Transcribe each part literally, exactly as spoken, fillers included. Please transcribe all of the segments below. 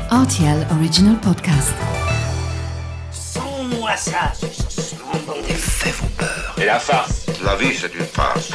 R T L Original Podcast. Sans-moi ça, ce sang Les faits vous peur. Et la farce? La vie, c'est une farce.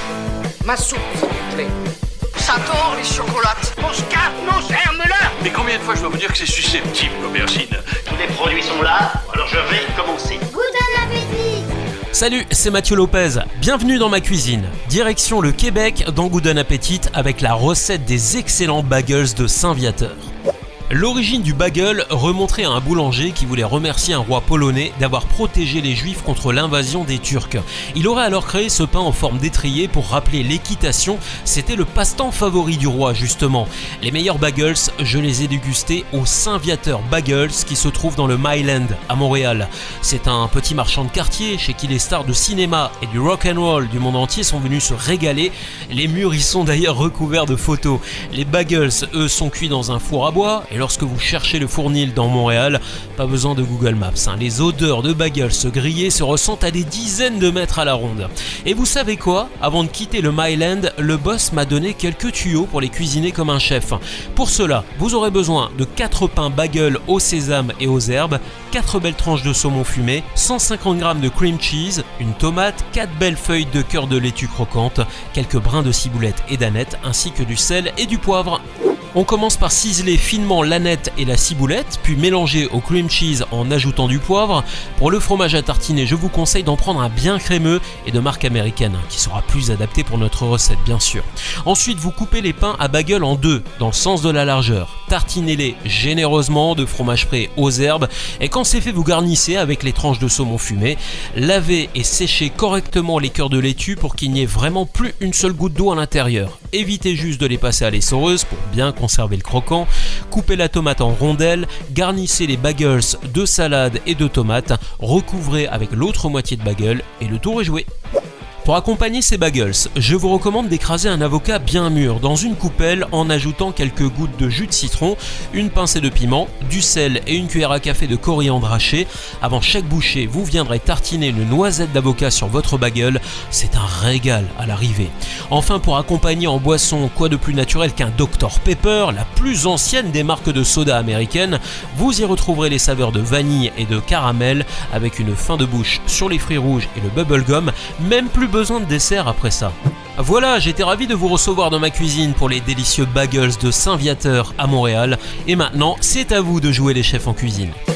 Ma soupe, s'il vous plaît. Ça tord les chocolates. On se capte nos germes-là. Mais combien de fois je dois vous dire que c'est susceptible, l'aubergine? Tous les produits sont là, alors je vais commencer. Bon appétit! Salut, c'est Mathieu Lopez. Bienvenue dans ma cuisine. Direction le Québec dans Good Appétit avec la recette des excellents bagels de Saint-Viateur. L'origine du bagel remonterait à un boulanger qui voulait remercier un roi polonais d'avoir protégé les juifs contre l'invasion des Turcs. Il aurait alors créé ce pain en forme d'étrier pour rappeler l'équitation, c'était le passe-temps favori du roi justement. Les meilleurs bagels, je les ai dégustés au Saint-Viateur Bagels qui se trouve dans le Myland à Montréal. C'est un petit marchand de quartier chez qui les stars de cinéma et du rock'n'roll du monde entier sont venus se régaler. Les murs y sont d'ailleurs recouverts de photos. Les bagels, eux, sont cuits dans un four à bois et lorsque vous cherchez le fournil dans Montréal, pas besoin de Google Maps, hein. Les odeurs de bagels grillés se ressentent à des dizaines de mètres à la ronde. Et vous savez quoi? Avant de quitter le Myland, le boss m'a donné quelques tuyaux pour les cuisiner comme un chef. Pour cela, vous aurez besoin de quatre pains bagels au sésame et aux herbes, quatre belles tranches de saumon fumé, cent cinquante grammes de cream cheese, une tomate, quatre belles feuilles de cœur de laitue croquante, quelques brins de ciboulette et d'aneth, ainsi que du sel et du poivre. On commence par ciseler finement l'aneth et la ciboulette, puis mélanger au cream cheese en ajoutant du poivre. Pour le fromage à tartiner, je vous conseille d'en prendre un bien crémeux et de marque américaine, qui sera plus adapté pour notre recette bien sûr. Ensuite, vous coupez les pains à bagel en deux, dans le sens de la largeur. Tartinez-les généreusement de fromage frais aux herbes, et quand c'est fait, vous garnissez avec les tranches de saumon fumé. Lavez et séchez correctement les cœurs de laitue pour qu'il n'y ait vraiment plus une seule goutte d'eau à l'intérieur. Évitez juste de les passer à l'essoreuse pour bien conserver le croquant. Coupez la tomate en rondelles, garnissez les bagels de salade et de tomates, recouvrez avec l'autre moitié de bagel et le tour est joué. Pour accompagner ces bagels, je vous recommande d'écraser un avocat bien mûr dans une coupelle en ajoutant quelques gouttes de jus de citron, une pincée de piment, du sel et une cuillère à café de coriandre haché. Avant chaque bouchée, vous viendrez tartiner une noisette d'avocat sur votre bagel. C'est un régal à l'arrivée. Enfin, pour accompagner en boisson, quoi de plus naturel qu'un docteur Pepper, la plus ancienne des marques de soda américaines. Vous y retrouverez les saveurs de vanille et de caramel avec une fin de bouche sur les fruits rouges et le bubblegum. Même plus besoin de dessert après ça. Voilà, j'étais ravi de vous recevoir dans ma cuisine pour les délicieux bagels de Saint-Viateur à Montréal. Et maintenant, c'est à vous de jouer les chefs en cuisine.